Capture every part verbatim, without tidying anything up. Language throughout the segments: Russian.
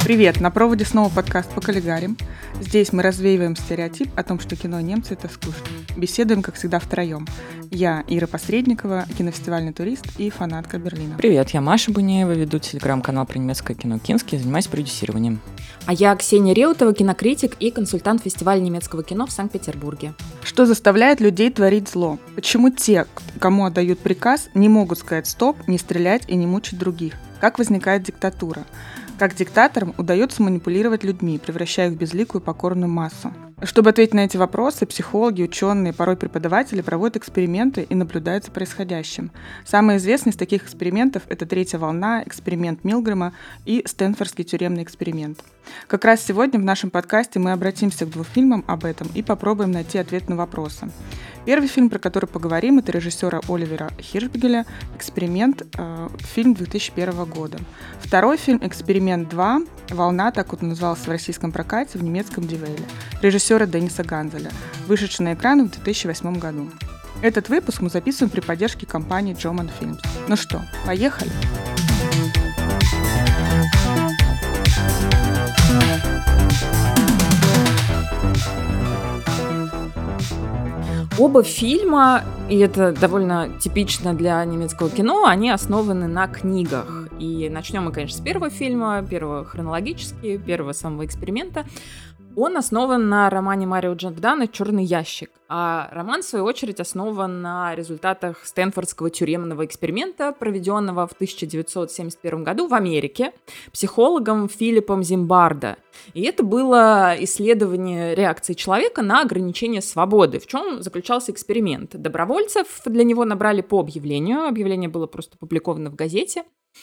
Привет! На проводе снова подкаст по коллегарям. Здесь мы развеиваем стереотип о том, что кино немцы — это скучно. Беседуем, как всегда, втроем. Я Ира Посредникова, кинофестивальный турист и фанатка Берлина. Привет, я Маша Бунеева, веду телеграм-канал про немецкое кино «Кински», занимаюсь продюсированием. А я Ксения Реутова, кинокритик и консультант фестиваля немецкого кино в Санкт-Петербурге. Что заставляет людей творить зло? Почему те, кому отдают приказ, не могут сказать «стоп», не стрелять и не мучить других? Как возникает диктатура? Как диктаторам удается манипулировать людьми, превращая их в безликую покорную массу? Чтобы ответить на эти вопросы, психологи, ученые, порой преподаватели проводят эксперименты и наблюдают за происходящим. Самый известный из таких экспериментов – это «Третья волна», эксперимент Милгрэма и Стэнфордский тюремный эксперимент. Как раз сегодня в нашем подкасте мы обратимся к двум фильмам об этом и попробуем найти ответ на вопросы. Первый фильм, про который поговорим, это режиссера Оливера Хиршбигеля «Эксперимент», э, фильм две тысячи первого года. Второй фильм «Эксперимент два. Волна», так вот он назывался в российском прокате, в немецком «Дивейле», режиссера Денниса Ганзеля, вышедший на экраны в две тысячи восьмом году. Этот выпуск мы записываем при поддержке компании Джоман Films. Ну что, поехали! Оба фильма, и это довольно типично для немецкого кино, они основаны на книгах. И начнем мы, конечно, с первого фильма, первого хронологически, первого самого эксперимента. Он основан на романе Марио Джордано «Черный ящик», а роман, в свою очередь, основан на результатах Стэнфордского тюремного эксперимента, проведенного в тысяча девятьсот семьдесят первом году в Америке психологом Филиппом Зимбардо. И это было исследование реакции человека на ограничение свободы. В чем заключался эксперимент? Добровольцев для него набрали по объявлению, объявление было просто опубликовано в газете.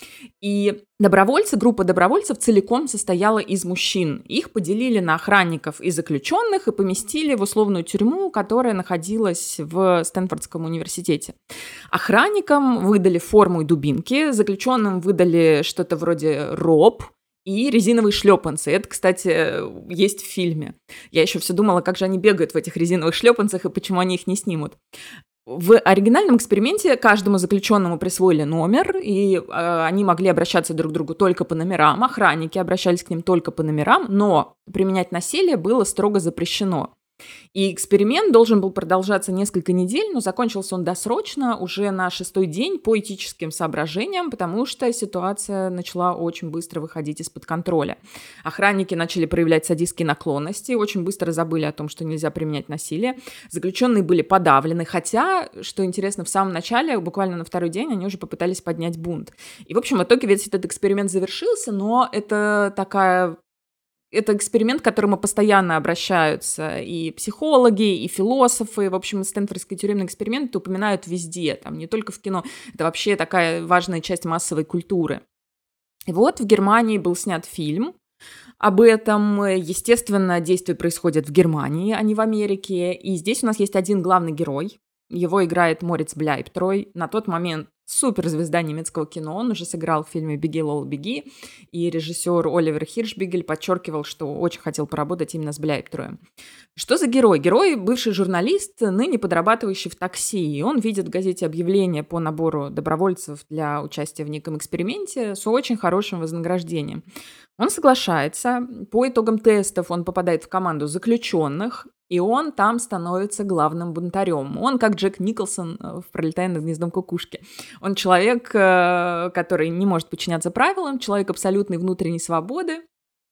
И добровольцы, группа добровольцев целиком состояла из мужчин. Их поделили на охранников и заключенных и поместили в условную тюрьму, которая находилась в Стэнфордском университете. Охранникам выдали форму и дубинки, заключенным выдали что-то вроде роб и резиновые шлепанцы. Это, кстати, есть в фильме. Я еще все думала, как же они бегают в этих резиновых шлепанцах и почему они их не снимут. В оригинальном эксперименте каждому заключенному присвоили номер, и э, они могли обращаться друг к другу только по номерам, охранники обращались к ним только по номерам, но применять насилие было строго запрещено. И эксперимент должен был продолжаться несколько недель, но закончился он досрочно, уже на шестой день, по этическим соображениям, потому что ситуация начала очень быстро выходить из-под контроля. Охранники начали проявлять садистские наклонности, очень быстро забыли о том, что нельзя применять насилие. Заключенные были подавлены, хотя, что интересно, в самом начале, буквально на второй день, они уже попытались поднять бунт. И, в общем, в итоге весь этот эксперимент завершился, но это такая... Это эксперимент, к которому постоянно обращаются и психологи, и философы. В общем, Стэнфордский тюремный эксперимент упоминают везде, там, не только в кино. Это вообще такая важная часть массовой культуры. И вот в Германии был снят фильм об этом. Естественно, действие происходит в Германии, а не в Америке. И здесь у нас есть один главный герой. Его играет Мориц Бляйбтрой. На тот момент суперзвезда немецкого кино. Он уже сыграл в фильме «Беги, Лола, беги». И режиссер Оливер Хиршбигель подчеркивал, что очень хотел поработать именно с Бляйбтроем. Что за герой? Герой — бывший журналист, ныне подрабатывающий в такси. И он видит в газете объявление по набору добровольцев для участия в неком эксперименте с очень хорошим вознаграждением. Он соглашается. По итогам тестов он попадает в команду заключенных, и он там становится главным бунтарем. Он как Джек Николсон в «Пролетая над гнездом кукушки». Он человек, который не может подчиняться правилам, человек абсолютной внутренней свободы.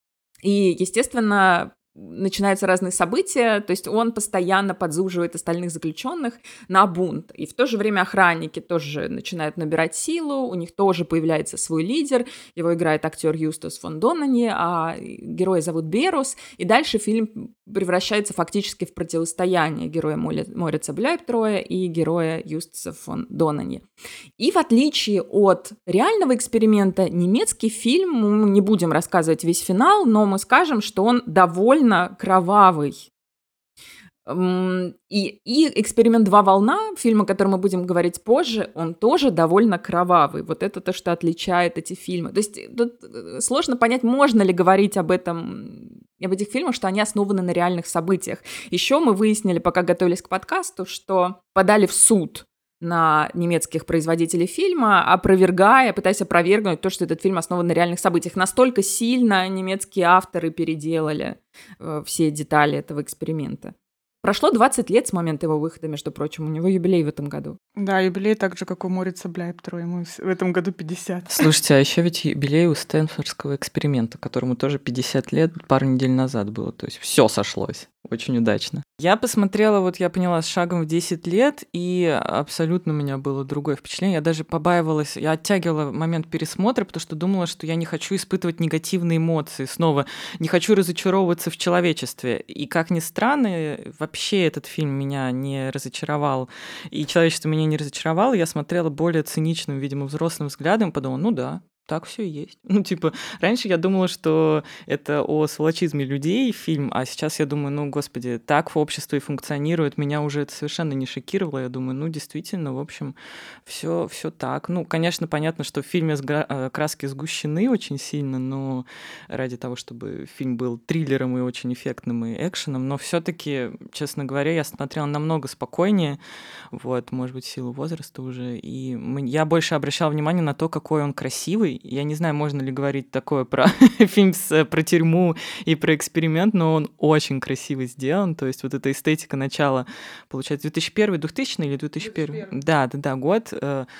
И, естественно, начинаются разные события, то есть он постоянно подзуживает остальных заключенных на бунт. И в то же время охранники тоже начинают набирать силу, у них тоже появляется свой лидер, его играет актер Юстас фон Донани, а героя зовут Берус, и дальше фильм превращается фактически в противостояние героя Морица Бляйбтроя и героя Юстаса фон Донани. И в отличие от реального эксперимента, немецкий фильм, мы не будем рассказывать весь финал, но мы скажем, что он довольно кровавый. И, и «Эксперимент два. Волна», фильм, о котором мы будем говорить позже, он тоже довольно кровавый. Вот это то, что отличает эти фильмы. То есть тут сложно понять, можно ли говорить об этом, об этих фильмах, что они основаны на реальных событиях. Еще мы выяснили, пока готовились к подкасту, что подали в суд на немецких производителей фильма, опровергая, пытаясь опровергнуть то, что этот фильм основан на реальных событиях. Настолько сильно немецкие авторы переделали э, все детали этого эксперимента. Прошло двадцать лет с момента его выхода, между прочим, у него юбилей в этом году. Да, юбилей так же, как у Морица Бляйптро, ему в этом году пятьдесят. Слушайте, а еще ведь юбилей у Стэнфордского эксперимента, которому тоже пятьдесят лет пару недель назад было. То есть все сошлось. Очень удачно. Я посмотрела, вот я поняла, с шагом в десять лет, и абсолютно у меня было другое впечатление. Я даже побаивалась, я оттягивала момент пересмотра, потому что думала, что я не хочу испытывать негативные эмоции снова, не хочу разочаровываться в человечестве. И, как ни странно, вообще этот фильм меня не разочаровал, и человечество меня не разочаровало. Я смотрела более циничным, видимо, взрослым взглядом, подумала, ну да, так все и есть. Ну, типа, раньше я думала, что это о сволочизме людей фильм, а сейчас я думаю, ну, господи, так в обществе и функционирует. Меня уже это совершенно не шокировало. Я думаю, ну, действительно, в общем, все все так. Ну, конечно, понятно, что в фильме сгра- краски сгущены очень сильно, но ради того, чтобы фильм был триллером и очень эффектным и экшеном, но все-таки, честно говоря, я смотрела намного спокойнее, вот, может быть, в силу возраста уже, и я больше обращала внимание на то, какой он красивый. Я не знаю, можно ли говорить такое про фильм с, про тюрьму и про эксперимент, но он очень красиво сделан. То есть вот эта эстетика начала, получается, две тысячи первый, двухтысячный или две тысячи первый? Да, да, да, год.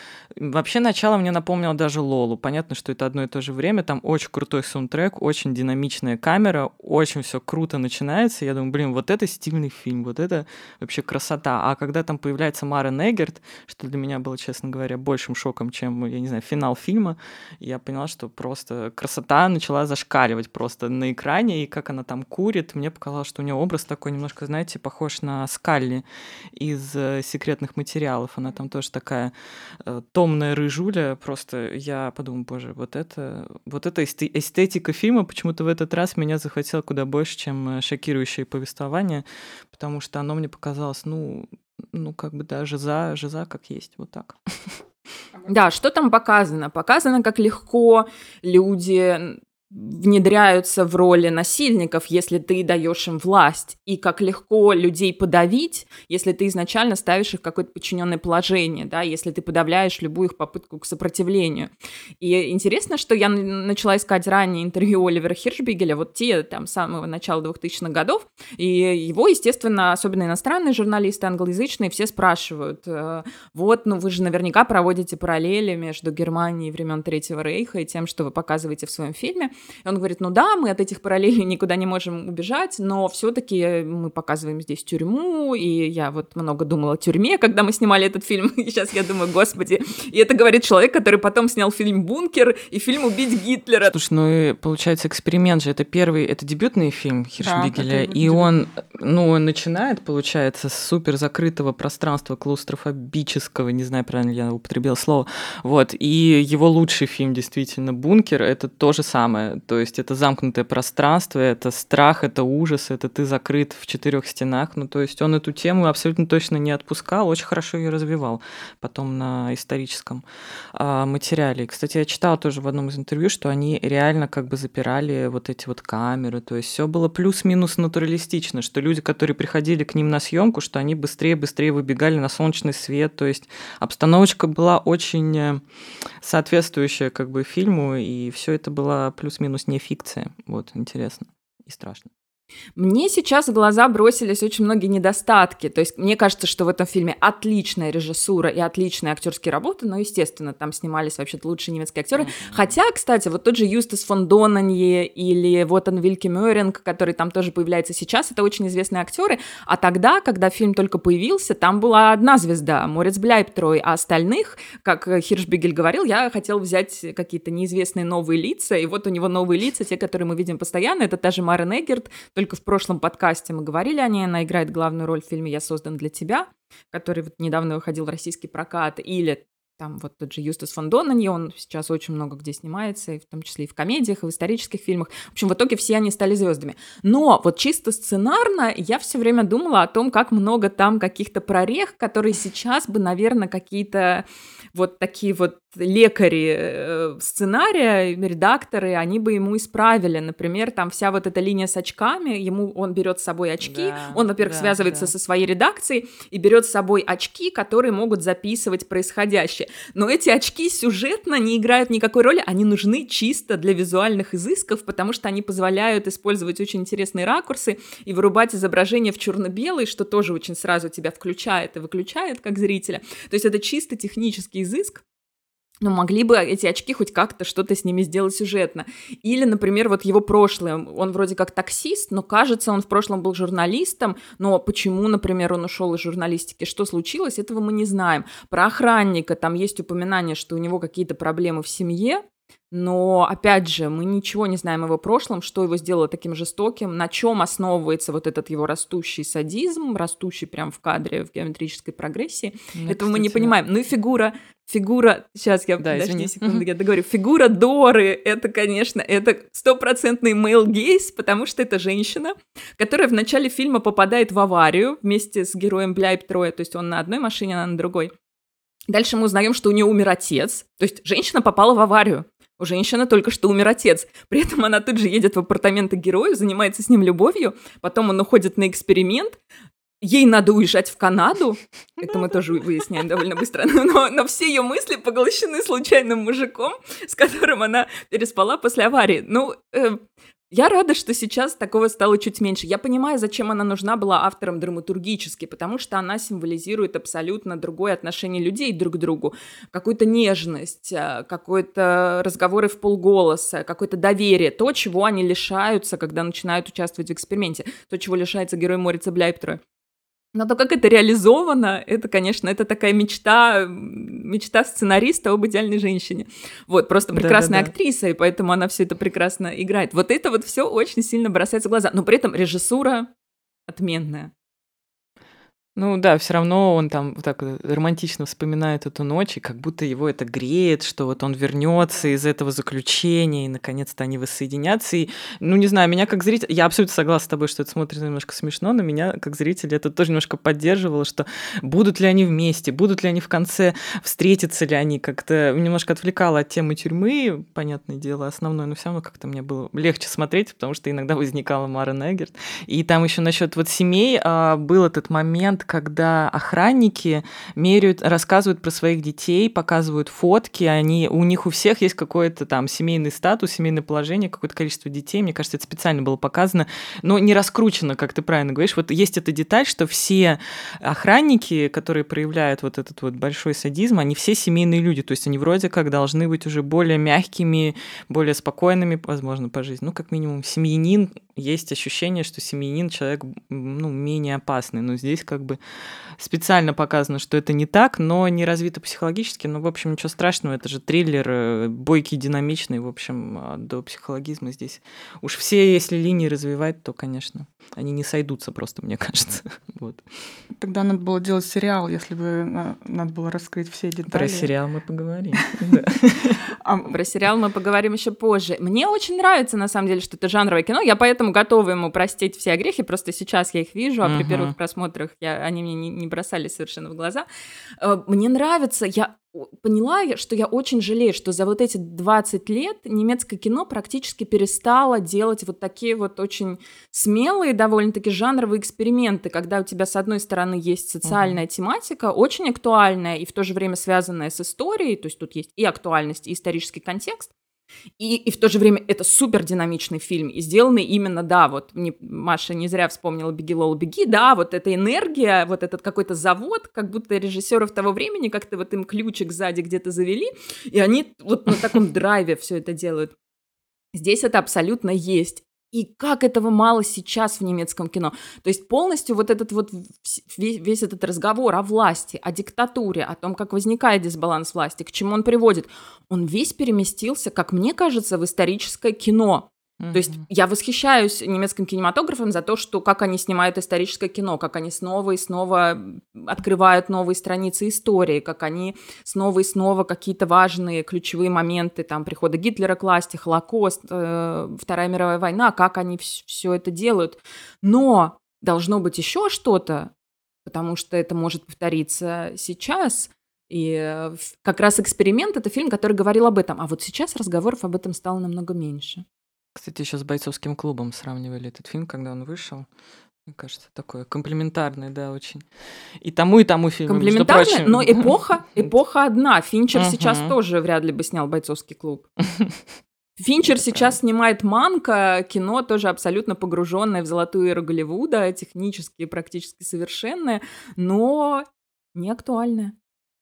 Вообще начало мне напомнило даже Лолу. Понятно, что это одно и то же время. Там очень крутой саундтрек, очень динамичная камера, очень все круто начинается. Я думаю, блин, вот это стильный фильм, вот это вообще красота. А когда там появляется Марен Эггерт, что для меня было, честно говоря, большим шоком, чем, я не знаю, финал фильма, я поняла, что просто красота начала зашкаливать просто на экране, и как она там курит. Мне показалось, что у нее образ такой немножко, знаете, похож на Скалли из э, «Секретных материалов». Она там тоже такая э, томная рыжуля. Просто я подумала, боже, вот это, вот эта эстетика фильма почему-то в этот раз меня захватила куда больше, чем шокирующее повествование, потому что оно мне показалось, ну, ну как бы, да, жиза, жиза как есть, вот так. Да, что там показано? Показано, как легко люди внедряются в роли насильников, если ты даешь им власть, и как легко людей подавить, если ты изначально ставишь их в какое-то подчиненное положение, да, если ты подавляешь любую их попытку к сопротивлению. И интересно, что я начала искать ранее интервью Оливера Хиршбигеля, вот те там с самого начала двухтысячных годов, и его, естественно, особенно иностранные журналисты, англоязычные, все спрашивают, вот, ну вы же наверняка проводите параллели между Германией времен Третьего Рейха и тем, что вы показываете в своем фильме. И он говорит, ну да, мы от этих параллелей никуда не можем убежать, но все-таки мы показываем здесь тюрьму, и я вот много думала о тюрьме, когда мы снимали этот фильм, и сейчас я думаю, господи, и это говорит человек, который потом снял фильм «Бункер» и фильм «Убить Гитлера». Слушай, ну и получается, «Эксперимент» же это первый, это дебютный фильм Хиршбигеля, да, и он, ну, он начинает, получается, с супер закрытого пространства клаустрофобического, не знаю, правильно я употребила слово, вот, и его лучший фильм, действительно, «Бункер», это то же самое. То есть это замкнутое пространство, это страх, это ужас, это ты закрыт в четырех стенах. Ну, то есть он эту тему абсолютно точно не отпускал, очень хорошо ее развивал потом на историческом а, материале. И, кстати, я читала тоже в одном из интервью, что они реально как бы запирали вот эти вот камеры, то есть все было плюс-минус натуралистично, что люди, которые приходили к ним на съемку, что они быстрее-быстрее выбегали на солнечный свет, то есть обстановочка была очень соответствующая как бы фильму, и все это было плюс минус не фикция. Вот, интересно и страшно. Мне сейчас в глаза бросились очень многие недостатки. То есть мне кажется, что в этом фильме отличная режиссура и отличные актерские работы, но, естественно, там снимались вообще-то лучшие немецкие актеры. Mm-hmm. Хотя, кстати, вот тот же Юстас фон Донанье или вот он Вильке Мёринг, который там тоже появляется сейчас, это очень известные актеры. А тогда, когда фильм только появился, там была одна звезда, Мориц Бляйптро, а остальных, как Хиршбигель говорил, я хотел взять какие-то неизвестные новые лица, и вот у него новые лица, те, которые мы видим постоянно, это та же Марен Эггерт. Только в прошлом подкасте мы говорили о ней, она играет главную роль в фильме «Я создан для тебя», который вот недавно выходил в российский прокат, или там вот тот же Юстас фон Донанье, он сейчас очень много где снимается, и в том числе и в комедиях, и в исторических фильмах. В общем, в итоге все они стали звездами. Но вот чисто сценарно я все время думала о том, как много там каких-то прорех, которые сейчас бы, наверное, какие-то вот такие вот лекари сценария, редакторы, они бы ему исправили. Например, там вся вот эта линия с очками, ему он берет с собой очки, Да, он, во-первых, да, связывается да. со своей редакцией и берет с собой очки, которые могут записывать происходящее. Но эти очки сюжетно не играют никакой роли, они нужны чисто для визуальных изысков, потому что они позволяют использовать очень интересные ракурсы и вырубать изображение в черно-белый, что тоже очень сразу тебя включает и выключает как зрителя. То есть это чисто технический изыск. Но могли бы эти очки хоть как-то что-то с ними сделать сюжетно. Или, например, вот его прошлое. Он вроде как таксист, но, кажется, он в прошлом был журналистом. Но почему, например, он ушел из журналистики? Что случилось? Этого мы не знаем. Про охранника там есть упоминание, что у него какие-то проблемы в семье. Но, опять же, мы ничего не знаем о его прошлом, что его сделало таким жестоким, на чем основывается вот этот его растущий садизм, растущий прям в кадре, в геометрической прогрессии. Мне, Этого мы не кстати, понимаем. Ну и фигура, фигура, сейчас я, Да, подожди извини. секунду, я договорю. Фигура Доры, это, конечно, это стопроцентный male gaze, потому что это женщина, которая в начале фильма попадает в аварию вместе с героем Бляйб Троя, то есть он на одной машине, она на другой. Дальше мы узнаем, что у нее умер отец, то есть женщина попала в аварию. У женщины только что умер отец. При этом она тут же едет в апартаменты героя, занимается с ним любовью, потом он уходит на эксперимент, ей надо уезжать в Канаду, это мы тоже выясняем довольно быстро, но, но все ее мысли поглощены случайным мужиком, с которым она переспала после аварии. Ну, э, я рада, что сейчас такого стало чуть меньше. Я понимаю, зачем она нужна была авторам драматургически, потому что она символизирует абсолютно другое отношение людей друг к другу. Какую-то нежность, какой-то разговоры в полголоса, какое-то доверие. То, чего они лишаются, когда начинают участвовать в эксперименте. То, чего лишается герой Морица Бляйб-Троя. Но то, как это реализовано, это, конечно, это такая мечта, мечта сценариста об идеальной женщине. Вот, просто прекрасная Да-да-да. актриса, и поэтому она все это прекрасно играет. Вот это вот все очень сильно бросается в глаза. Но при этом режиссура отменная. Ну да, все равно он там вот так вот романтично вспоминает эту ночь, и как будто его это греет, что вот он вернется из этого заключения, и наконец-то они воссоединятся. И, ну, не знаю, меня как зритель, я абсолютно согласна с тобой, что это смотрится немножко смешно, но меня как зритель это тоже немножко поддерживало, что будут ли они вместе, будут ли они в конце, встретятся ли они, как-то немножко отвлекало от темы тюрьмы, понятное дело, основное, но все равно как-то мне было легче смотреть, потому что иногда возникала Мара Негерт. И там еще насчет вот семей а, был этот момент, когда охранники меряют, рассказывают про своих детей, показывают фотки, они, у них у всех есть какой-то там семейный статус, семейное положение, какое-то количество детей, мне кажется, это специально было показано, но не раскручено, как ты правильно говоришь. Вот есть эта деталь, что все охранники, которые проявляют вот этот вот большой садизм, они все семейные люди, то есть они вроде как должны быть уже более мягкими, более спокойными, возможно, по жизни. Ну, как минимум, семьянин, есть ощущение, что семьянин человек, ну, менее опасный, но здесь как бы специально показано, что это не так, но не развито психологически, но, в общем, ничего страшного, это же триллер, бойкий, динамичный, в общем, до психологизма здесь. Уж все, если линии развивать, то, конечно, они не сойдутся просто, мне кажется. Вот. Тогда надо было делать сериал, если бы надо было раскрыть все детали. Про сериал мы поговорим. Про сериал мы поговорим еще позже. Мне очень нравится, на самом деле, что это жанровое кино, я поэтому готова ему простить все грехи, просто сейчас я их вижу, а при первых просмотрах я, они мне не, не бросались совершенно в глаза. Мне нравится, я поняла, что я очень жалею, что за вот эти двадцать лет немецкое кино практически перестало делать вот такие вот очень смелые, довольно-таки жанровые эксперименты, когда у тебя, с одной стороны, есть социальная uh-huh. тематика, очень актуальная и в то же время связанная с историей, то есть тут есть и актуальность, и исторический контекст, И, и в то же время это супер динамичный фильм, и сделанный именно, да, вот не, Маша не зря вспомнила «Беги, Лола, беги», да, вот эта энергия, вот этот какой-то завод, как будто режиссеров того времени как-то вот им ключик сзади где-то завели, и они вот на таком драйве все это делают. Здесь это абсолютно есть. И как этого мало сейчас в немецком кино. То есть полностью вот этот вот весь, весь этот разговор о власти, о диктатуре, о том, как возникает дисбаланс власти, к чему он приводит, он весь переместился, как мне кажется, в историческое кино. То есть Мгм. я восхищаюсь немецким кинематографом за то, что как они снимают историческое кино, как они снова и снова м, открывают новые страницы истории, как они снова и снова какие-то важные ключевые моменты, там, прихода Гитлера к власти, Холокост, э, Вторая мировая война, как они все это делают. Но должно быть еще что-то, потому что это может повториться сейчас. И э, в- как раз «Эксперимент» — это фильм, который говорил об этом. А вот сейчас разговоров об этом стало намного меньше. Кстати, еще с «Бойцовским клубом» сравнивали этот фильм, когда он вышел. Мне кажется, такое комплементарное, да, очень. И тому, и тому фильму, между Комплементарно, но прочим. эпоха, эпоха одна. Финчер сейчас Мгм. тоже вряд ли бы снял «Бойцовский клуб». Финчер Это сейчас правда. снимает «Манка», кино тоже абсолютно погруженное в золотую эру Голливуда, технически практически совершенное, но не актуальное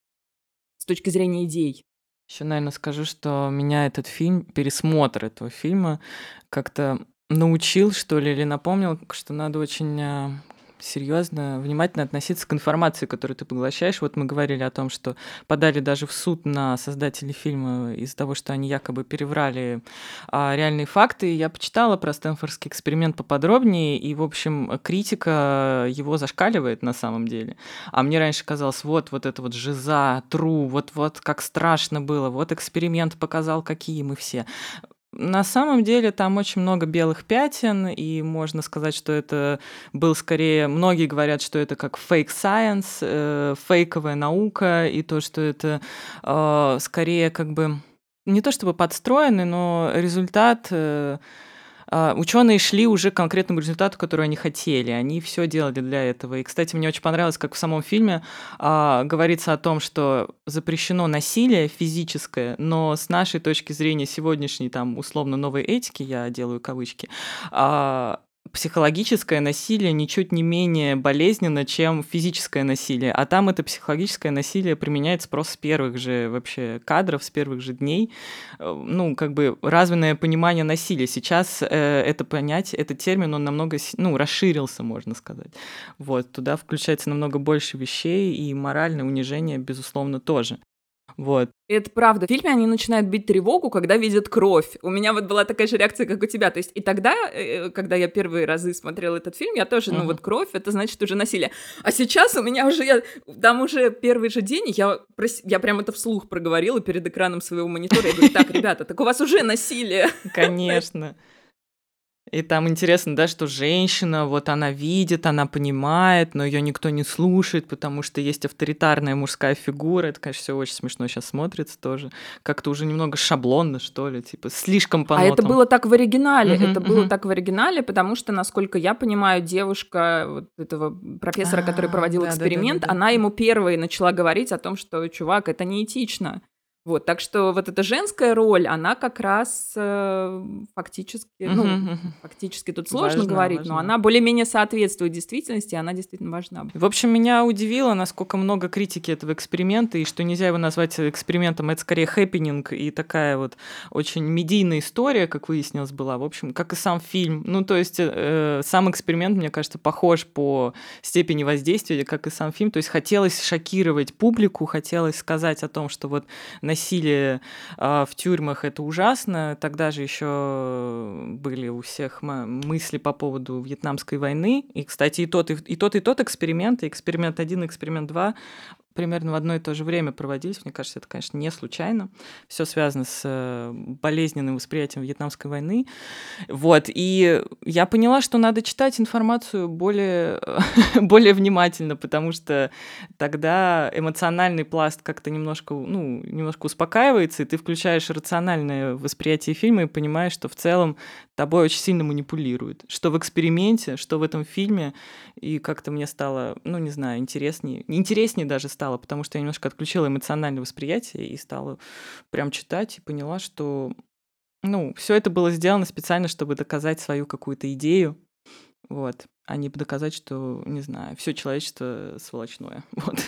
с точки зрения идей. Еще, наверное, скажу, что меня этот фильм, пересмотр этого фильма как-то научил, что ли, или напомнил, что надо очень а, серьезно, внимательно относиться к информации, которую ты поглощаешь. Вот мы говорили о том, что подали даже в суд на создателей фильма из-за того, что они якобы переврали а, реальные факты. Я почитала про Стэнфордский эксперимент поподробнее, и, в общем, критика его зашкаливает на самом деле. А мне раньше казалось, вот, вот это вот жиза, тру, вот, вот как страшно было, вот эксперимент показал, какие мы все. На самом деле там очень много белых пятен, и можно сказать, что это был скорее... Многие говорят, что это как fake science, э, фейковая наука, и то, что это э, скорее как бы не то чтобы подстроенный, но результат... Э, а, ученые шли уже к конкретному результату, который они хотели. Они все делали для этого. И, кстати, мне очень понравилось, как в самом фильме а, говорится о том, что запрещено насилие физическое, но с нашей точки зрения сегодняшней, там, условно, новой этики, я делаю кавычки, а, психологическое насилие ничуть не менее болезненно, чем физическое насилие. А там это психологическое насилие применяется просто с первых же вообще кадров, с первых же дней. Э, Ну, как бы развенное понимание насилия. Сейчас э, это понятие, этот термин, он намного с- ну, расширился, можно сказать. Вот, туда включается намного больше вещей, и моральное унижение, безусловно, тоже. Вот. Это правда. В фильме они начинают бить тревогу, когда видят кровь. У меня вот была такая же реакция, как у тебя. То есть и тогда, э, когда я первые разы смотрела этот фильм, я тоже, ну Мгм. вот кровь, это значит уже насилие. А сейчас у меня уже, я, там уже первый же день, я, прос- я прям это вслух проговорила перед экраном своего монитора. Я говорю, так, ребята, так у вас уже насилие. Конечно. И там интересно, да, что женщина, вот она видит, она понимает, но ее никто не слушает, потому что есть авторитарная мужская фигура. Это, конечно, все очень смешно сейчас смотрится тоже. Как-то уже немного шаблонно, что ли, типа слишком по А это нотам. было так в оригинале, Мгм, это было мгм. так в оригинале, потому что, насколько я понимаю, девушка вот этого профессора, который А, проводил эксперимент, да-да-да-да-да. она ему первой начала говорить о том, что, чувак, это неэтично. Вот, так что вот эта женская роль, она как раз э, фактически, ну, Мгм, мгм. фактически тут сложно Важна, говорить, но важна. она более-менее соответствует действительности, и она действительно важна. В общем, меня удивило, насколько много критики этого эксперимента, и что нельзя его назвать экспериментом, это скорее хэппининг и такая вот очень медийная история, как выяснилось, была. В общем, как и сам фильм. Ну, то есть э, сам эксперимент, мне кажется, похож по степени воздействия, как и сам фильм. То есть хотелось шокировать публику, хотелось сказать о том, что вот насилие а, в тюрьмах это ужасно. Тогда же еще были у всех м- мысли по поводу Вьетнамской войны. И, кстати, и тот, и, и тот, и тот эксперимент, и эксперимент один, и эксперимент два примерно в одно и то же время проводились. Мне кажется, это, конечно, не случайно. Все связано с э, болезненным восприятием Вьетнамской войны. Вот, и я поняла, что надо читать информацию более, более внимательно, потому что тогда эмоциональный пласт как-то немножко, ну, немножко успокаивается, и ты включаешь рациональное восприятие фильма и понимаешь, что в целом тобой очень сильно манипулируют. Что в эксперименте, что в этом фильме, и как-то мне стало, ну, не знаю, интереснее. Интереснее даже стало, потому что я немножко отключила эмоциональное восприятие и стала прям читать, и поняла, что ну, все это было сделано специально, чтобы доказать свою какую-то идею, вот, а не доказать, что, не знаю, все человечество сволочное. Вот.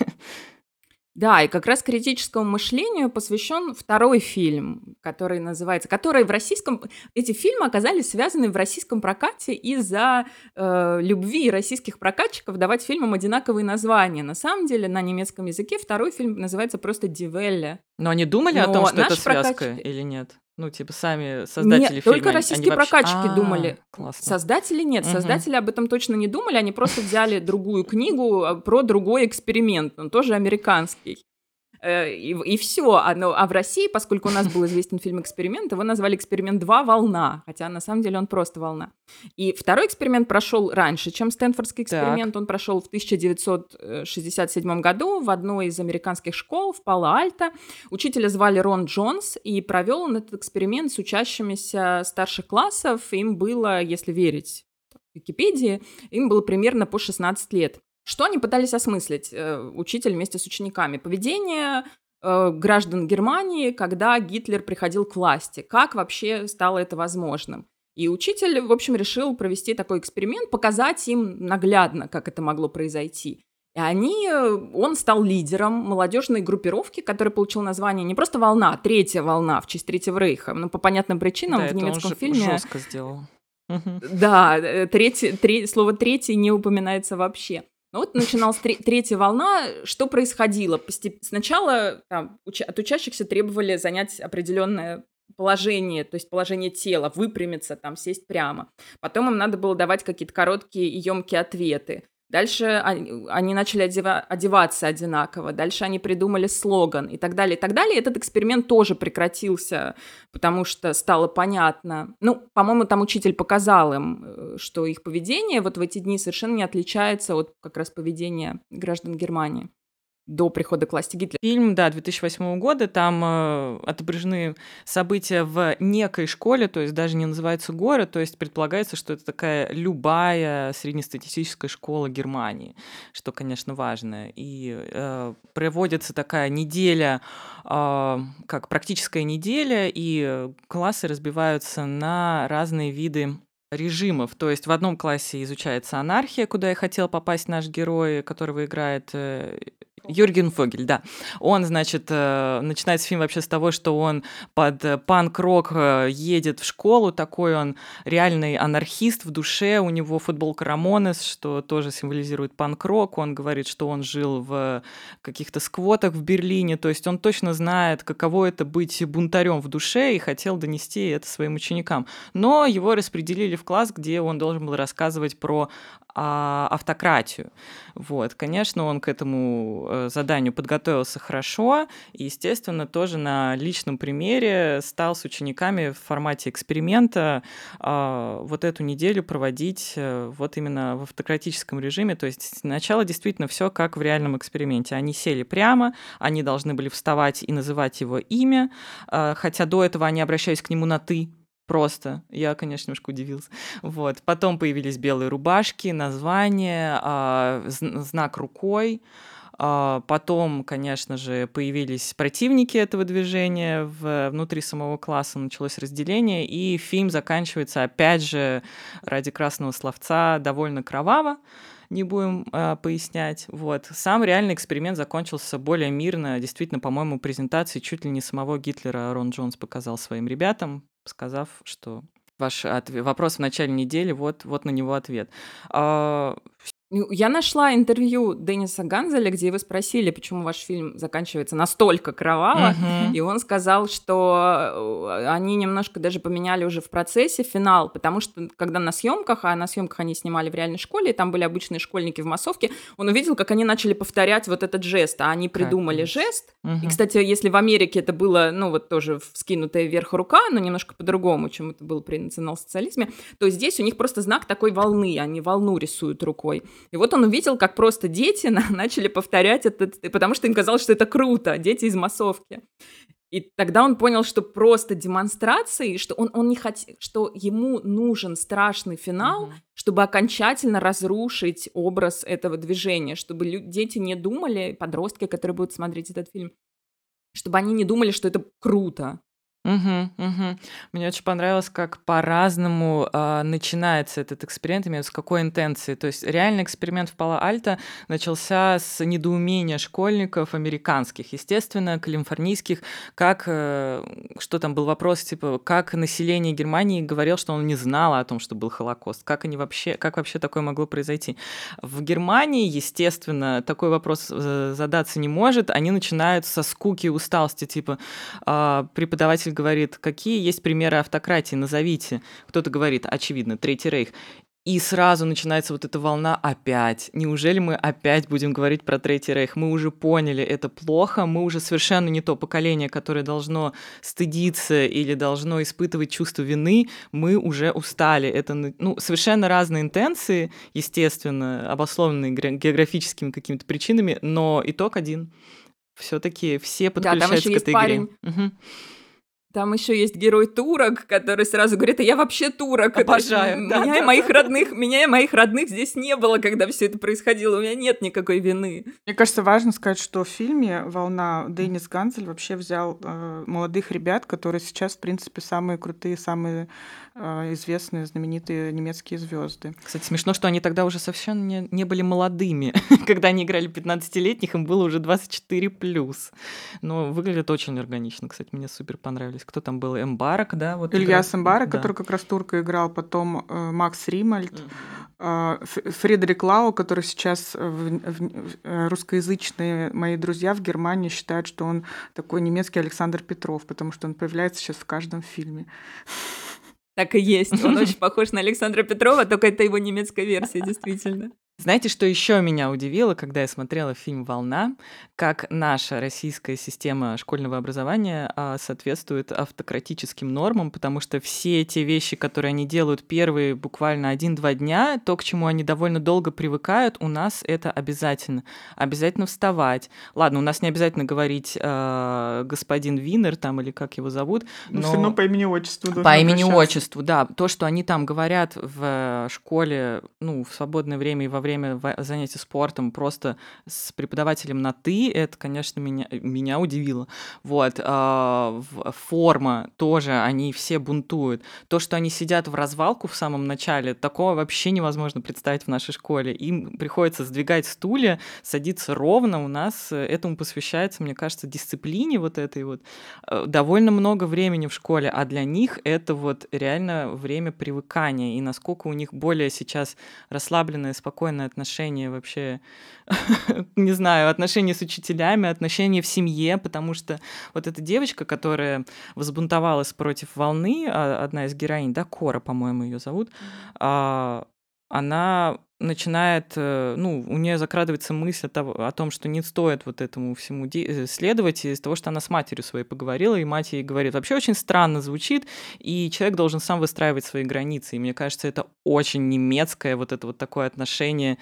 Да, и как раз критическому мышлению посвящен второй фильм, который называется, который в российском, эти фильмы оказались связаны в российском прокате из-за э, любви российских прокатчиков давать фильмам одинаковые названия. На самом деле на немецком языке второй фильм называется просто «Die Welle». Но они думали о том, Но что это наш связка прокатчик... или нет? Ну, типа, сами Нет, создатели только фильма, они российские вообще... прокатчики А, думали. классно. Создатели нет, Мгм. создатели об этом точно не думали, они просто взяли другую книгу а, про другой эксперимент, он тоже американский. Э, И, и все. А, ну, а в России, поскольку у нас был известен фильм «Эксперимент», его назвали «Эксперимент два. Волна», хотя на самом деле он просто «Волна». И второй эксперимент прошел раньше, чем Стэнфордский Так. эксперимент. Он прошел в тысяча девятьсот шестьдесят седьмом году в одной из американских школ в Пало-Альто. Учителя звали Рон Джонс, и провел он этот эксперимент с учащимися старших классов. Им было, если верить Википедии, им было примерно по шестнадцать лет. Что они пытались осмыслить, э, учитель вместе с учениками? Поведение э, граждан Германии, когда Гитлер приходил к власти. Как вообще стало это возможным? И учитель, в общем, решил провести такой эксперимент, показать им наглядно, как это могло произойти. И они, э, он стал лидером молодежной группировки, которая получила название не просто «Волна», а «Третья волна» в честь Третьего рейха. Но по понятным причинам Да, в это он немецком ж- фильме... жестко сделал. Мгм. Да, э, третий, тре- слово «третий» не упоминается вообще. Ну вот начиналась тре- третья волна. Что происходило? Постеп- Сначала там, уча- от учащихся требовали занять определенное положение, то есть положение тела, выпрямиться, там, сесть прямо. Потом им надо было давать какие-то короткие и емкие ответы. Дальше они, они начали одева- одеваться одинаково. Дальше они придумали слоган и так далее, и так далее. Этот эксперимент тоже прекратился, потому что стало понятно. Ну, по-моему, там учитель показал им, э, что их поведение вот в эти дни совершенно не отличается от как раз поведения граждан Германии до прихода к власти Гитлера. Фильм, да, две тысячи восьмого года, там э, отображены события в некой школе, то есть даже не называется город, то есть предполагается, что это такая любая среднестатистическая школа Германии, что, конечно, важно. И э, проводится такая неделя, э, как практическая неделя, и классы разбиваются на разные виды режимов. То есть в одном классе изучается анархия, куда и хотел попасть наш герой, которого играет э, Юрген Фогель, да. Он, значит, э, начинается фильм вообще с того, что он под э, панк-рок э, едет в школу, такой он реальный анархист в душе, у него футболка Рамонес, что тоже символизирует панк-рок, он говорит, что он жил в каких-то сквотах в Берлине, то есть он точно знает, каково это быть бунтарем в душе и хотел донести это своим ученикам. Но его распределили в класс, где он должен был рассказывать про а, автократию. Вот, конечно, он к этому э, заданию подготовился хорошо, и, естественно, тоже на личном примере стал с учениками в формате эксперимента э, вот эту неделю проводить э, вот именно в автократическом режиме. То есть сначала действительно все как в реальном эксперименте. Они сели прямо, они должны были вставать и называть его имя, э, хотя до этого они обращались к нему на «ты». Просто. Я, конечно, немножко удивился. Вот. Потом появились белые рубашки, название, а, зн- знак рукой. А, Потом, конечно же, появились противники этого движения. В- внутри самого класса началось разделение, и фильм заканчивается, опять же, ради красного словца, довольно кроваво. Не будем а, пояснять. Вот. Сам реальный эксперимент закончился более мирно. Действительно, по-моему, презентации чуть ли не самого Гитлера Рон Джонс показал своим ребятам, сказав, что ваш отве- вопрос в начале недели, вот, вот на него ответ. А, Ну, я нашла интервью Денниса Ганзеля, где его спросили, почему ваш фильм заканчивается настолько кроваво, мгм. и он сказал, что э, они немножко даже поменяли уже в процессе финал, потому что когда на съемках, а на съемках они снимали в реальной школе, и там были обычные школьники в массовке, он увидел, как они начали повторять вот этот жест, а они придумали Капец. жест. И, Мгм. кстати, если в Америке это было, ну, вот тоже вскинутая вверх рука, но немножко по-другому, чем это было при национал-социализме, то здесь у них просто знак такой волны, они волну рисуют рукой. И вот он увидел, как просто дети на- начали повторять это, потому что им казалось, что это круто, дети из массовки. И тогда он понял, что просто демонстрации, что он, он не хотел, что ему нужен страшный финал, Мгм. чтобы окончательно разрушить образ этого движения, чтобы лю- дети не думали, подростки, которые будут смотреть этот фильм, чтобы они не думали, что это круто. Мгм, мгм. Мне очень понравилось, как по-разному а, начинается этот эксперимент, именно с какой интенцией. То есть реальный эксперимент в Пало-Альто начался с недоумения школьников американских, естественно, калифорнийских, как, э, что там был вопрос, типа, как население Германии говорило, что он не знало о том, что был Холокост, как они вообще, как вообще такое могло произойти. В Германии, естественно, такой вопрос э, задаться не может, они начинают со скуки и усталости, типа, а, преподаватель говорит, какие есть примеры автократии, назовите. Кто-то говорит, очевидно, Третий Рейх. И сразу начинается вот эта волна опять. Неужели мы опять будем говорить про Третий Рейх? Мы уже поняли, это плохо, мы уже совершенно не то поколение, которое должно стыдиться или должно испытывать чувство вины, мы уже устали. Это ну, совершенно разные интенции, естественно, обусловленные географическими какими-то причинами, но итог один. Все-таки все подключаются да, к этой игре. Угу. Там еще есть герой турок, который сразу говорит: а я вообще турок. Обожаю. Да, меня, да, и моих да, родных, да. меня и моих родных здесь не было, когда все это происходило. У меня нет никакой вины. Мне кажется, важно сказать, что в фильме «Волна» Деннис Ганзель вообще взял э, молодых ребят, которые сейчас, в принципе, самые крутые, самые э, известные, знаменитые немецкие звезды. Кстати, смешно, что они тогда уже совершенно не, не были молодыми. Когда они играли пятнадцатилетних, им было уже двадцать четыре плюс. Но выглядят очень органично. Кстати, мне супер понравились. Кто там был? Эмбарак, да? Вот Ильяс Эмбарак, да. который как раз турка играл, потом э, Макс Римальд, mm-hmm. э, Фредерик Лау, который сейчас в, в, в, русскоязычные мои друзья в Германии считают, что он такой немецкий Александр Петров, потому что он появляется сейчас в каждом фильме. Так и есть. Он очень похож на Александра Петрова, только это его немецкая версия, действительно. Знаете, что еще меня удивило, когда я смотрела фильм «Волна», как наша российская система школьного образования а, соответствует автократическим нормам, потому что все те вещи, которые они делают первые буквально один-два дня, то, к чему они довольно долго привыкают, у нас это обязательно. Обязательно вставать. Ладно, у нас не обязательно говорить э, господин Винер там или как его зовут, но... но все равно по имени-отчеству. По имени-отчеству, да. То, что они там говорят в школе, ну, в свободное время и во время время занятий спортом просто с преподавателем на «ты», это, конечно, меня, меня удивило. Вот. А, форма тоже, они все бунтуют. То, что они сидят в развалку в самом начале, такого вообще невозможно представить в нашей школе. Им приходится сдвигать стулья, садиться ровно. У нас этому посвящается, мне кажется, дисциплине вот этой вот. Довольно много времени в школе, а для них это вот реально время привыкания. И насколько у них более сейчас расслабленное, спокойное отношения вообще, не знаю, отношения с учителями, отношения в семье, потому что вот эта девочка, которая возбунтовалась против «Волны», одна из героинь, да, Кора, по-моему, ее зовут, она начинает, ну, у нее закрадывается мысль о, того, о том, что не стоит вот этому всему де- следовать из-за того, что она с матерью своей поговорила, и мать ей говорит, вообще очень странно звучит, и человек должен сам выстраивать свои границы, и мне кажется, это очень немецкое вот это вот такое отношение,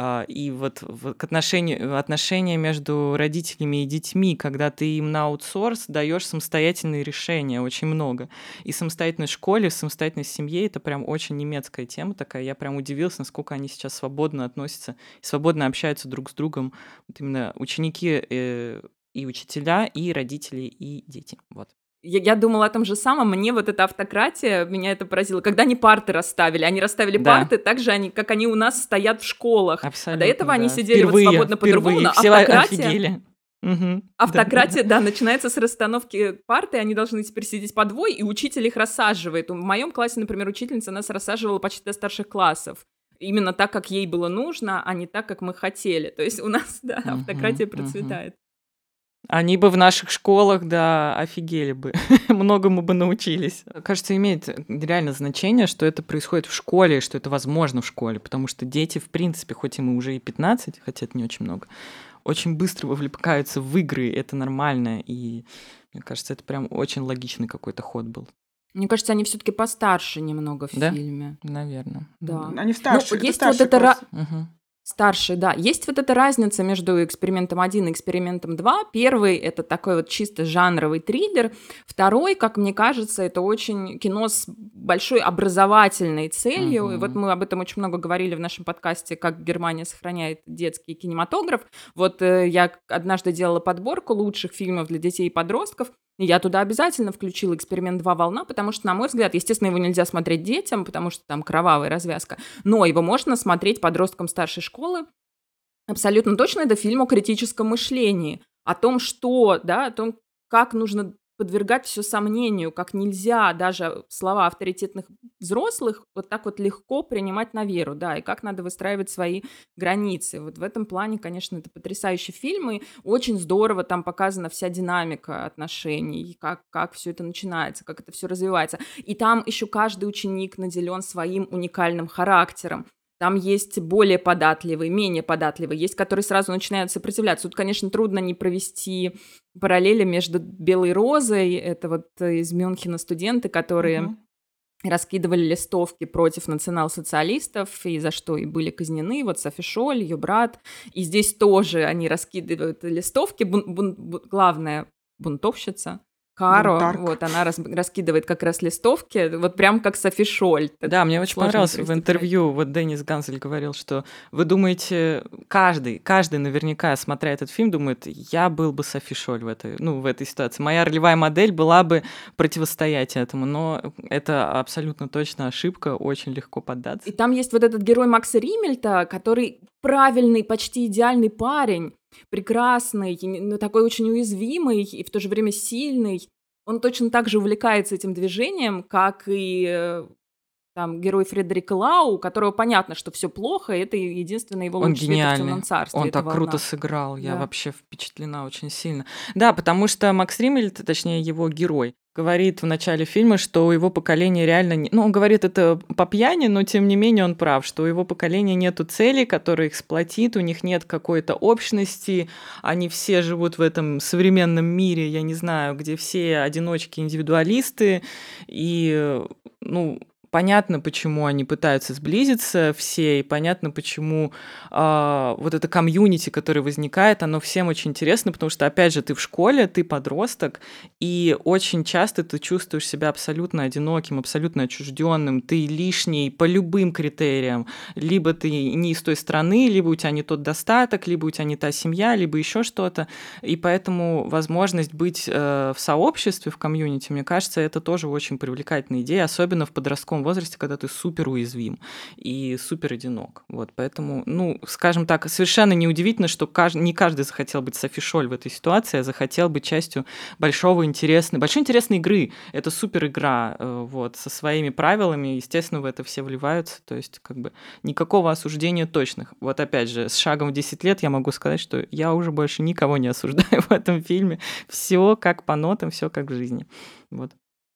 и вот, вот к отношению, отношения между родителями и детьми, когда ты им на аутсорс даешь самостоятельные решения, очень много, и самостоятельной школе, в самостоятельной семье, это прям очень немецкая тема такая, я прям удивилась, насколько они сейчас свободно относятся, свободно общаются друг с другом, вот именно ученики э, и учителя, и родители, и дети. Вот. Я, я думала о том же самом, мне вот эта автократия, меня это поразило. Когда они парты расставили, они расставили да. парты так же, они, как они у нас стоят в школах. Абсолютно, а до этого да. они сидели впервые, вот свободно по-другому, но все автократия... офигели. Угу. Автократия, да, да, начинается с расстановки парты, они должны теперь сидеть по двое, и учитель их рассаживает. В моем классе, например, учительница нас рассаживала почти до старших классов. Именно так, как ей было нужно, а не так, как мы хотели. То есть у нас, да, uh-huh, автократия процветает. Uh-huh. Они бы в наших школах, да, офигели бы. Многому бы научились. Кажется, имеет реально значение, что это происходит в школе, что это возможно в школе, потому что дети, в принципе, хоть им уже и пятнадцать, хотя это не очень много, очень быстро вовлекаются в игры, это нормально, и мне кажется, это прям очень логичный какой-то ход был. Мне кажется, они все-таки постарше немного в да? фильме. Наверное. Да. Они старше. Ну, есть вот это... Угу. Старший, да. Есть вот эта разница между экспериментом один и экспериментом два. Первый — это такой вот чисто жанровый триллер. Второй, как мне кажется, это очень кино с большой образовательной целью. Uh-huh. И вот мы об этом очень много говорили в нашем подкасте, как Германия сохраняет детский кинематограф. Вот э, я однажды делала подборку лучших фильмов для детей и подростков, и я туда обязательно включила «Эксперимент два. Волна», потому что, на мой взгляд, естественно, его нельзя смотреть детям, потому что там кровавая развязка, но его можно смотреть подросткам старшей школы. Абсолютно точно это фильм о критическом мышлении, о том, что, да, о том, как нужно подвергать все сомнению, как нельзя даже слова авторитетных взрослых вот так вот легко принимать на веру, да, и как надо выстраивать свои границы. Вот в этом плане, конечно, это потрясающий фильм, и очень здорово там показана вся динамика отношений, как, как все это начинается, как это все развивается. И там еще каждый ученик наделен своим уникальным характером. Там есть более податливые, менее податливые, есть, которые сразу начинают сопротивляться. Тут, конечно, трудно не провести параллели между «Белой розой», это вот из Мюнхена студенты, которые Мгм. раскидывали листовки против национал-социалистов, и за что и были казнены. Вот Софи Шоль, ее брат. И здесь тоже они раскидывают листовки. Бун- бун- бу- главная бунтовщица Каро, Бунтарка. вот, она рас- раскидывает как раз листовки, вот прям как Софи Шоль. Это Да, мне очень сложно понравилось в привести интервью, вот Деннис Ганзель говорил, что вы думаете, каждый, каждый наверняка, смотря этот фильм, думает, я был бы Софи Шоль в этой, ну, в этой ситуации. Моя ролевая модель была бы противостоять этому, но это абсолютно точно ошибка, очень легко поддаться. И там есть вот этот герой Макса Риммельта, который правильный, почти идеальный парень, прекрасный, и не- но такой очень уязвимый и в то же время сильный. Он точно так же увлекается этим движением, как и э, там герой Фредерика Лау, у которого понятно, что все плохо, и это единственный его Он луч света в гениальный. темном царстве. Он эта так круто волна. сыграл. Я Да. вообще впечатлена очень сильно. Да, потому что Макс Риммельт, точнее его герой, говорит в начале фильма, что у его поколения реально... Не... Ну, он говорит это по пьяни, но тем не менее он прав, что у его поколения нету цели, которая их сплотит, у них нет какой-то общности, они все живут в этом современном мире, я не знаю, где все одиночки, индивидуалисты, и, э, ну... Понятно, почему они пытаются сблизиться все, и понятно, почему а, вот это комьюнити, которое возникает, оно всем очень интересно, потому что, опять же, ты в школе, ты подросток, и очень часто ты чувствуешь себя абсолютно одиноким, абсолютно отчужденным, ты лишний по любым критериям. Либо ты не из той страны, либо у тебя не тот достаток, либо у тебя не та семья, либо еще что-то. И поэтому возможность быть э, в сообществе, в комьюнити, мне кажется, это тоже очень привлекательная идея, особенно в подростковом возрасте, когда ты супер уязвим и супер одинок. Вот, поэтому, ну, скажем так, совершенно неудивительно, что кажд... не каждый захотел быть Софи Шоль в этой ситуации, а захотел быть частью большого интересной, большой интересной игры. Это супер игра, э, вот, со своими правилами, естественно, в это все вливаются, то есть, как бы, никакого осуждения точных. Вот, опять же, с шагом в десять лет я могу сказать, что я уже больше никого не осуждаю в этом фильме. Все как по нотам, все как в жизни. Вот.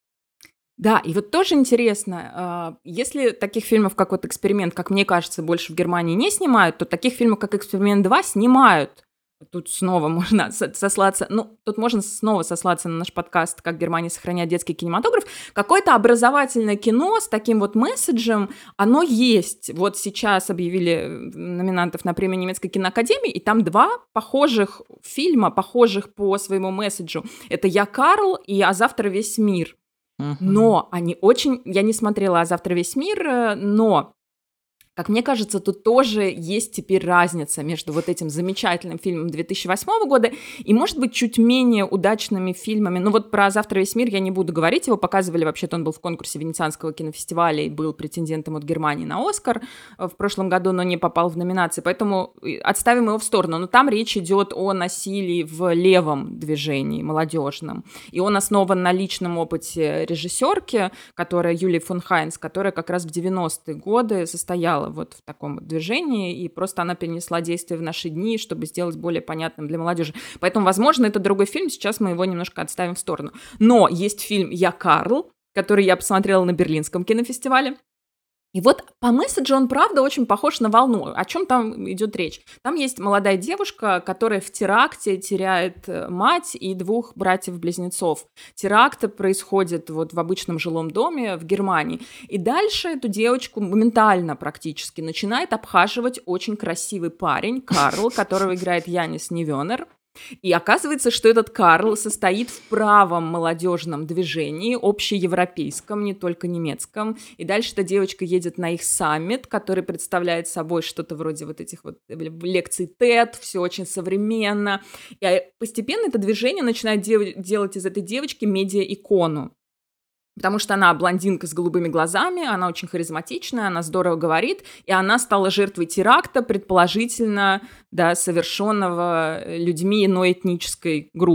Да, и вот тоже интересно, а, если таких фильмов, как вот «Эксперимент», как мне кажется, больше в Германии не снимают, то таких фильмов, как «Эксперимент два» снимают. Тут снова можно со- сослаться, ну, тут можно снова сослаться на наш подкаст «Как Германия сохраняет детский кинематограф». Какое-то образовательное кино с таким вот месседжем, оно есть. Вот сейчас объявили номинантов на премию немецкой киноакадемии, и там два похожих фильма, похожих по своему месседжу. Это «Я Карл» и «А завтра весь мир». Мгм. Но они очень... Я не смотрела «А завтра весь мир», э, но, как мне кажется, тут тоже есть теперь разница между вот этим замечательным фильмом две тысячи восьмого года и, может быть, чуть менее удачными фильмами. Ну вот про «Завтра весь мир» я не буду говорить, его показывали, вообще-то он был в конкурсе Венецианского кинофестиваля и был претендентом от Германии на «Оскар» в прошлом году, но не попал в номинации, поэтому отставим его в сторону. Но там речь идет о насилии в левом движении, молодежном, и он основан на личном опыте режиссерки, которая Юлия фон Хайнс, которая как раз в девяностые годы состояла вот в таком вот движении, и просто она перенесла действие в наши дни, чтобы сделать более понятным для молодежи. Поэтому, возможно, это другой фильм, сейчас мы его немножко отставим в сторону. Но есть фильм «Я Карл», который я посмотрела на Берлинском кинофестивале. И вот по месседжу он, правда, очень похож на «Волну». О чем там идет речь? Там есть молодая девушка, которая в теракте теряет э, мать и двух братьев-близнецов. Теракт происходит вот в обычном жилом доме в Германии. И дальше эту девочку моментально практически начинает обхаживать очень красивый парень, Карл, которого играет Янис Невенер. И оказывается, что этот Карл состоит в правом молодежном движении, общеевропейском, не только немецком. И дальше эта девочка едет на их саммит, который представляет собой что-то вроде вот этих вот лекций тед, все очень современно. И постепенно это движение начинает дев- делать из этой девочки медиа-икону. Потому что она блондинка с голубыми глазами, она очень харизматичная, она здорово говорит, и она стала жертвой теракта, предположительно, да, совершенного людьми иной этнической группы.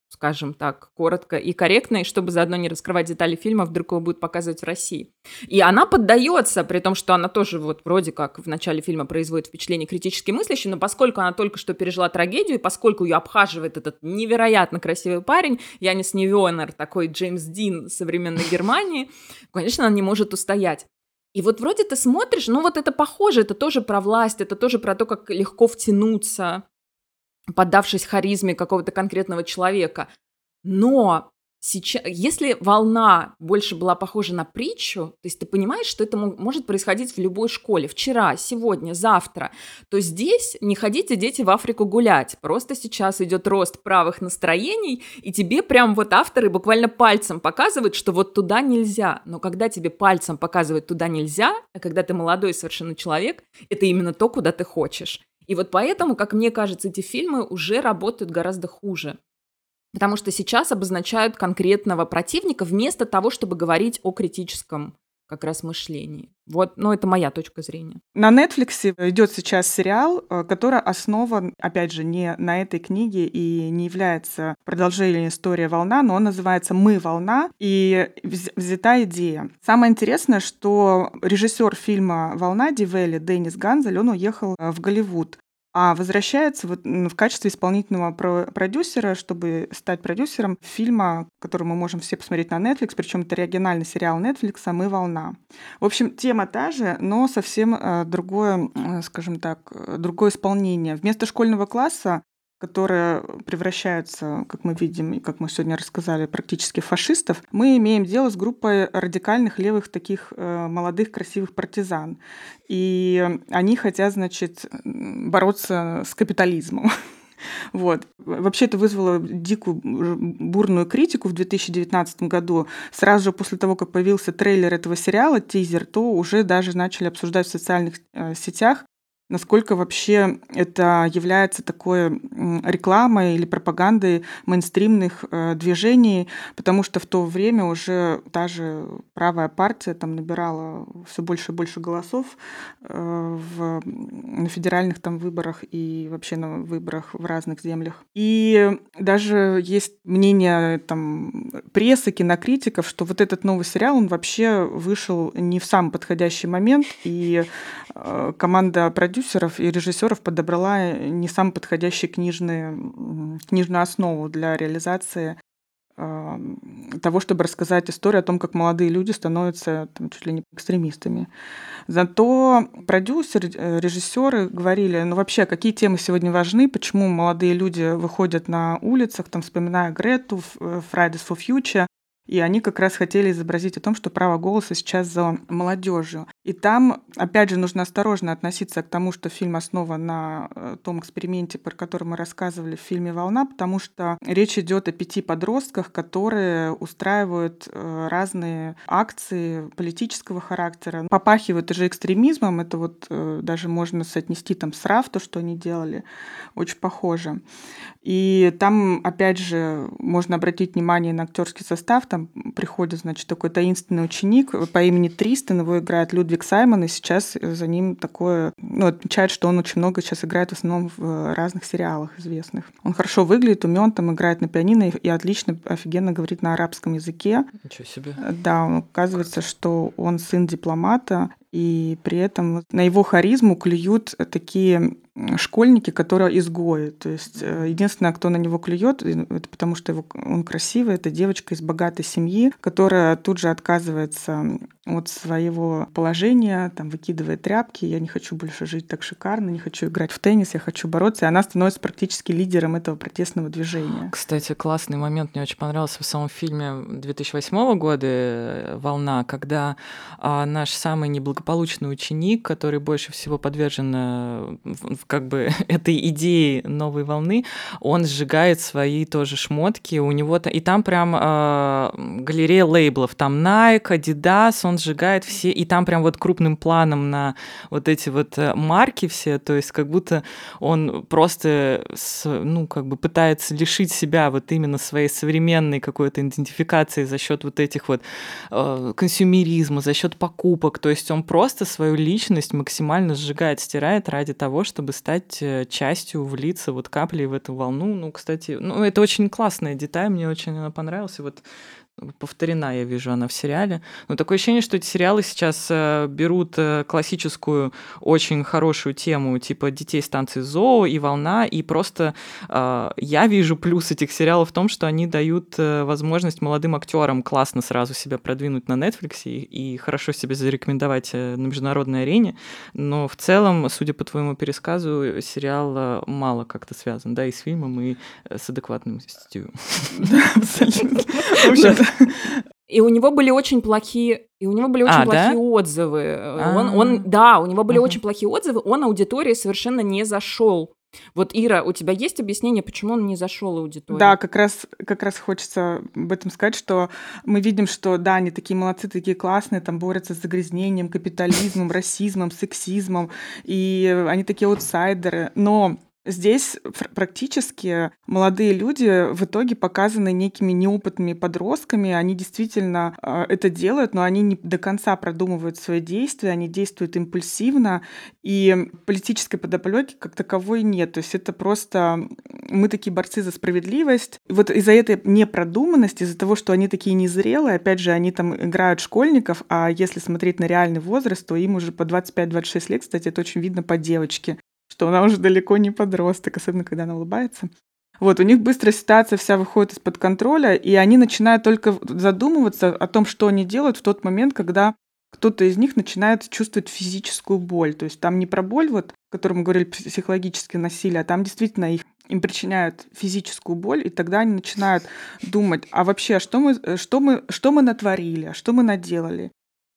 скажем так, коротко и корректно, и чтобы заодно не раскрывать детали фильма, вдруг его будут показывать в России. И она поддается, при том, что она тоже вот вроде как в начале фильма производит впечатление критически мыслящей, но поскольку она только что пережила трагедию, и поскольку ее обхаживает этот невероятно красивый парень, Янис Нивёнер, такой Джеймс Дин современной Германии, конечно, она не может устоять. И вот вроде ты смотришь, ну вот это похоже, это тоже про власть, это тоже про то, как легко втянуться, поддавшись харизме какого-то конкретного человека. Но сейчас, если «Волна» больше была похожа на притчу, то есть ты понимаешь, что это может происходить в любой школе, вчера, сегодня, завтра, то здесь не ходите, дети, в Африку гулять. Просто сейчас идет рост правых настроений, и тебе прям вот авторы буквально пальцем показывают, что вот туда нельзя. Но когда тебе пальцем показывают туда нельзя, а когда ты молодой совершенно человек, это именно то, куда ты хочешь. И вот поэтому, как мне кажется, эти фильмы уже работают гораздо хуже. Потому что сейчас обозначают конкретного противника вместо того, чтобы говорить о критическом как раз мышлении. Вот, ну, это моя точка зрения. На Netflix идет сейчас сериал, который основан, опять же, не на этой книге и не является продолжением истории «Волна», но он называется «Мы волна», и взята идея. Самое интересное, что режиссер фильма «Волна» Дивели Деннис Ганзель, он уехал в Голливуд, а возвращается вот в качестве исполнительного продюсера, чтобы стать продюсером фильма, который мы можем все посмотреть на Netflix, причем это оригинальный сериал Netflix «Мы волна». В общем, тема та же, но совсем другое, скажем так, другое исполнение. Вместо школьного класса, которые превращаются, как мы видим и как мы сегодня рассказали, практически в фашистов, мы имеем дело с группой радикальных левых таких э, молодых красивых партизан. И они хотят, значит, бороться с капитализмом. Вот. Вообще это вызвало дикую бурную критику в две тысячи девятнадцатом году. Сразу же после того, как появился трейлер этого сериала, тизер, то уже даже начали обсуждать в социальных э, сетях, насколько вообще это является такой рекламой или пропагандой мейнстримных э, движений, потому что в то время уже та же правая партия там набирала все больше и больше голосов э, в, на федеральных там выборах и вообще на выборах в разных землях. И даже есть мнение там прессы, кинокритиков, что вот этот новый сериал, он вообще вышел не в самый подходящий момент, и э, команда продюсеров и режиссеров подобрала не самую подходящую книжную, книжную основу для реализации э, того, чтобы рассказать историю о том, как молодые люди становятся там, чуть ли не экстремистами. Зато продюсеры, режиссеры говорили, ну вообще, какие темы сегодня важны, почему молодые люди выходят на улицах, там, вспоминая Грету, Fridays for Future, и они как раз хотели изобразить о том, что право голоса сейчас за молодежью. И там, опять же, нужно осторожно относиться к тому, что фильм основан на том эксперименте, про который мы рассказывали в фильме «Волна», потому что речь идет о пяти подростках, которые устраивают разные акции политического характера, попахивают уже экстремизмом. Это вот даже можно соотнести там с РАФ, то, что они делали, очень похоже. И там, опять же, можно обратить внимание на актерский состав. Там приходит, значит, такой таинственный ученик по имени Тристан, его играет Людвиг Саймон, и сейчас за ним такое, ну, отмечает, что он очень много сейчас играет в основном в разных сериалах известных. Он хорошо выглядит, умен, там играет на пианино и отлично, офигенно говорит на арабском языке. Ничего себе. Да, оказывается, что он сын дипломата, и при этом на его харизму клюют такие школьники, которые изгои. То есть единственное, кто на него клюет, это потому что его, он красивый, это девочка из богатой семьи, которая тут же отказывается от своего положения, там, выкидывает тряпки, я не хочу больше жить так шикарно, не хочу играть в теннис, я хочу бороться, и она становится практически лидером этого протестного движения. Кстати, классный момент мне очень понравился в самом фильме две тысячи восьмого года «Волна», когда а, наш самый неблагополучный ученик, который больше всего подвержен а, как бы этой идее новой волны, он сжигает свои тоже шмотки, у него и там прям а, галерея лейблов, там Nike, Adidas, он сжигает все, и там прям вот крупным планом на вот эти вот марки все, то есть как будто он просто, ну, как бы пытается лишить себя вот именно своей современной какой-то идентификации за счет вот этих вот э, консюмеризма, за счет покупок, то есть он просто свою личность максимально сжигает, стирает ради того, чтобы стать э, частью, влиться вот каплей в эту волну. Ну, кстати, ну, это очень классная деталь, мне очень она понравилась. И вот повторена, я вижу, она в сериале. Но такое ощущение, что эти сериалы сейчас э, берут э, классическую, очень хорошую тему, типа детей станции Зоо и Волна, и просто э, я вижу плюс этих сериалов в том, что они дают э, возможность молодым актерам классно сразу себя продвинуть на Netflix и, и хорошо себя зарекомендовать э, на международной арене. Но в целом, судя по твоему пересказу, сериал э, мало как-то связан, да, и с фильмом, и э, с адекватным статью. Да, абсолютно. И у него были очень плохие, и у него были очень А, плохие да? отзывы. Он, А. он, да, у него были Мгм. очень плохие отзывы, он аудитории совершенно не зашел. Вот, Ира, у тебя есть объяснение, почему он не зашел аудитории? Да, как раз, как раз хочется об этом сказать, что мы видим, что да, они такие молодцы, такие классные, там борются с загрязнением, капитализмом, расизмом, сексизмом, и они такие аутсайдеры. Но здесь фр- практически молодые люди в итоге показаны некими неопытными подростками. Они действительно э, это делают, но они не до конца продумывают свои действия, они действуют импульсивно, и политической подоплеки как таковой нет. То есть это просто мы такие борцы за справедливость. И вот из-за этой непродуманности, из-за того, что они такие незрелые, опять же, они там играют школьников, а если смотреть на реальный возраст, то им уже по двадцать пять - двадцать шесть лет, кстати, это очень видно по девочке, что она уже далеко не подросток, особенно когда она улыбается. Вот, у них быстро ситуация вся выходит из-под контроля, и они начинают только задумываться о том, что они делают в тот момент, когда кто-то из них начинает чувствовать физическую боль. То есть там не про боль, вот, о которой мы говорили, психологическое насилие, а там действительно их, им причиняют физическую боль, и тогда они начинают думать, а вообще, а что мы, э, что мы, что мы натворили, а что мы наделали?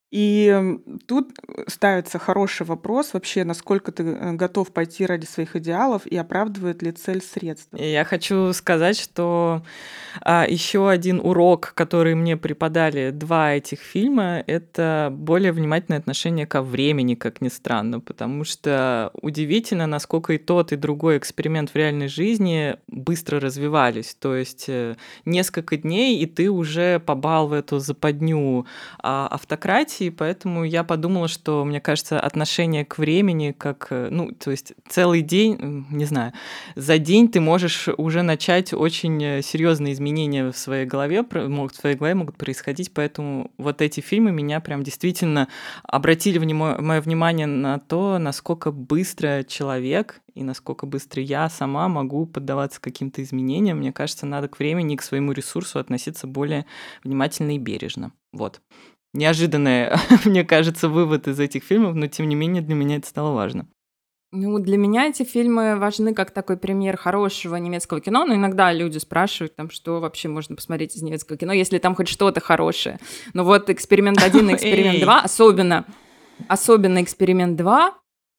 И м, тут ставится хороший вопрос вообще, насколько ты э, готов пойти ради своих идеалов и оправдывает ли цель средства. И я хочу сказать, что а, еще один урок, который мне преподали два этих фильма, это более внимательное отношение ко времени, как ни странно, потому что удивительно, насколько и тот, и другой эксперимент в реальной жизни быстро развивались. То есть э, несколько дней, и ты уже попал в эту западню а, автократии, поэтому я подумала, что, мне кажется, отношение к времени, как, э, ну, то есть целый день, м, не знаю, за день ты можешь уже начать очень э, серьезные изменения в своей голове, про- могут, в своей голове могут происходить, поэтому вот эти фильмы меня прям действительно обратили мое внимание на то, насколько быстро человек и насколько быстро я сама могу поддаваться каким-то изменениям. Мне кажется, надо к времени и к своему ресурсу относиться более внимательно и бережно. Вот. Неожиданный, мне кажется, вывод из этих фильмов, но тем не менее для меня это стало важно. Ну, для меня эти фильмы важны как такой пример хорошего немецкого кино, но иногда люди спрашивают, там, что вообще можно посмотреть из немецкого кино, если там хоть что-то хорошее. Но вот «Эксперимент один» и «Эксперимент Эй. два», особенно, особенно «Эксперимент два»,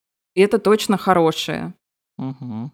это точно хорошее. Мгм.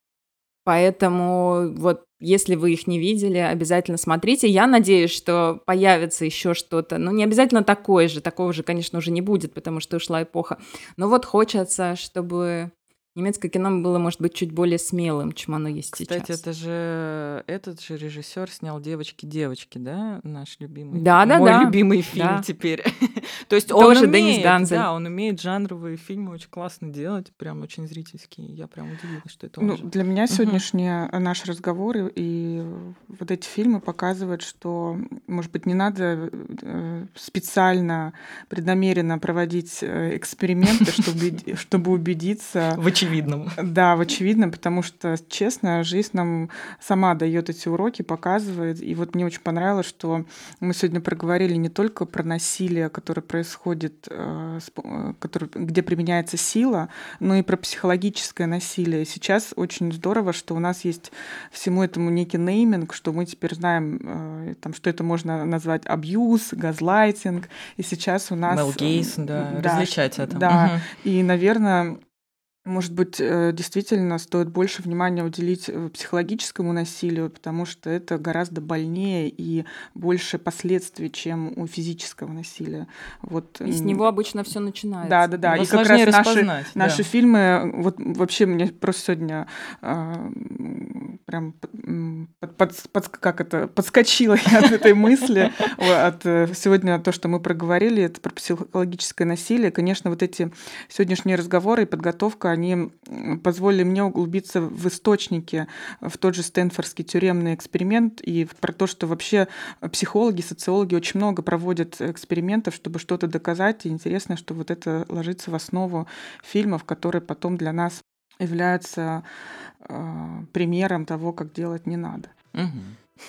Поэтому вот если вы их не видели, обязательно смотрите. Я надеюсь, что появится еще что-то. Ну, не обязательно такое же. Такого же, конечно, уже не будет, потому что ушла эпоха. Но вот хочется, чтобы немецкое кино было, может быть, чуть более смелым, чем оно есть Кстати, сейчас. это же этот же режиссер снял «Девочки-девочки», да? Наш любимый. Да, да, Мой да. любимый фильм Да. теперь. То есть он Тоже Деннис умеет, Ганзель. да, он умеет жанровые фильмы очень классно делать, прям очень зрительские. Я прям удивилась, что это он Ну, же. для меня Мгм. сегодняшний э, наш разговор и, и вот эти фильмы показывают, что, может быть, не надо э, специально, преднамеренно проводить э, эксперименты, чтобы, убеди- чтобы убедиться, В очевидном. да, в очевидном, потому что, честно, жизнь нам сама дает эти уроки, показывает. И вот мне очень понравилось, что мы сегодня проговорили не только про насилие, которое происходит, э, с по- э, которое- где применяется сила, но и про психологическое насилие. Сейчас очень здорово, что у нас есть всему этому некий нейминг, что мы теперь знаем, э, там, что это можно назвать абьюз, газлайтинг. И сейчас у нас... Мел м, Гейсон, да, да, различать ш- это. да, Мгм. и, наверное, может быть, э, действительно стоит больше внимания уделить э, психологическому насилию, потому что это гораздо больнее и больше последствий, чем у физического насилия. Вот, И с м, него обычно все да, начинается. да, да. Его И как раз сложнее наши, распознать, наши да. фильмы, вот вообще мне просто сегодня а, м, прям под, под, под, как это, подскочила я от этой мысли. От, сегодня то, что мы проговорили, это про психологическое насилие. Конечно, вот эти сегодняшние разговоры и подготовка, они позволили мне углубиться в источники, в тот же Стэнфордский тюремный эксперимент и про то, что вообще психологи, социологи очень много проводят экспериментов, чтобы что-то доказать. И интересно, что вот это ложится в основу фильмов, которые потом для нас являются э, примером того, как делать не надо. Угу.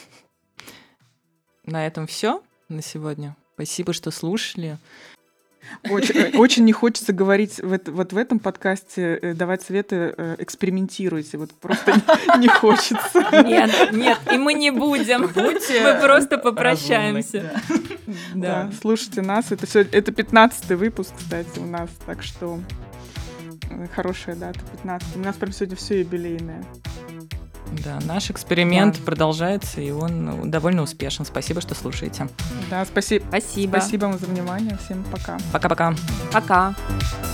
На этом все на сегодня. Спасибо, что слушали. Очень, очень не хочется говорить в это, вот в этом подкасте, давать советы, экспериментируйте. Вот просто не хочется. Нет, нет, и мы не будем. Мы просто попрощаемся. Да, слушайте нас. Это все, это пятнадцатый выпуск, кстати, у нас. Так что хорошая дата, пятнадцатый. У нас прям сегодня все юбилейное. Да, наш эксперимент да. продолжается, и он довольно успешен. Спасибо, что слушаете. Да, спасибо. Спасибо. Спасибо вам за внимание. Всем пока. Пока-пока. Пока.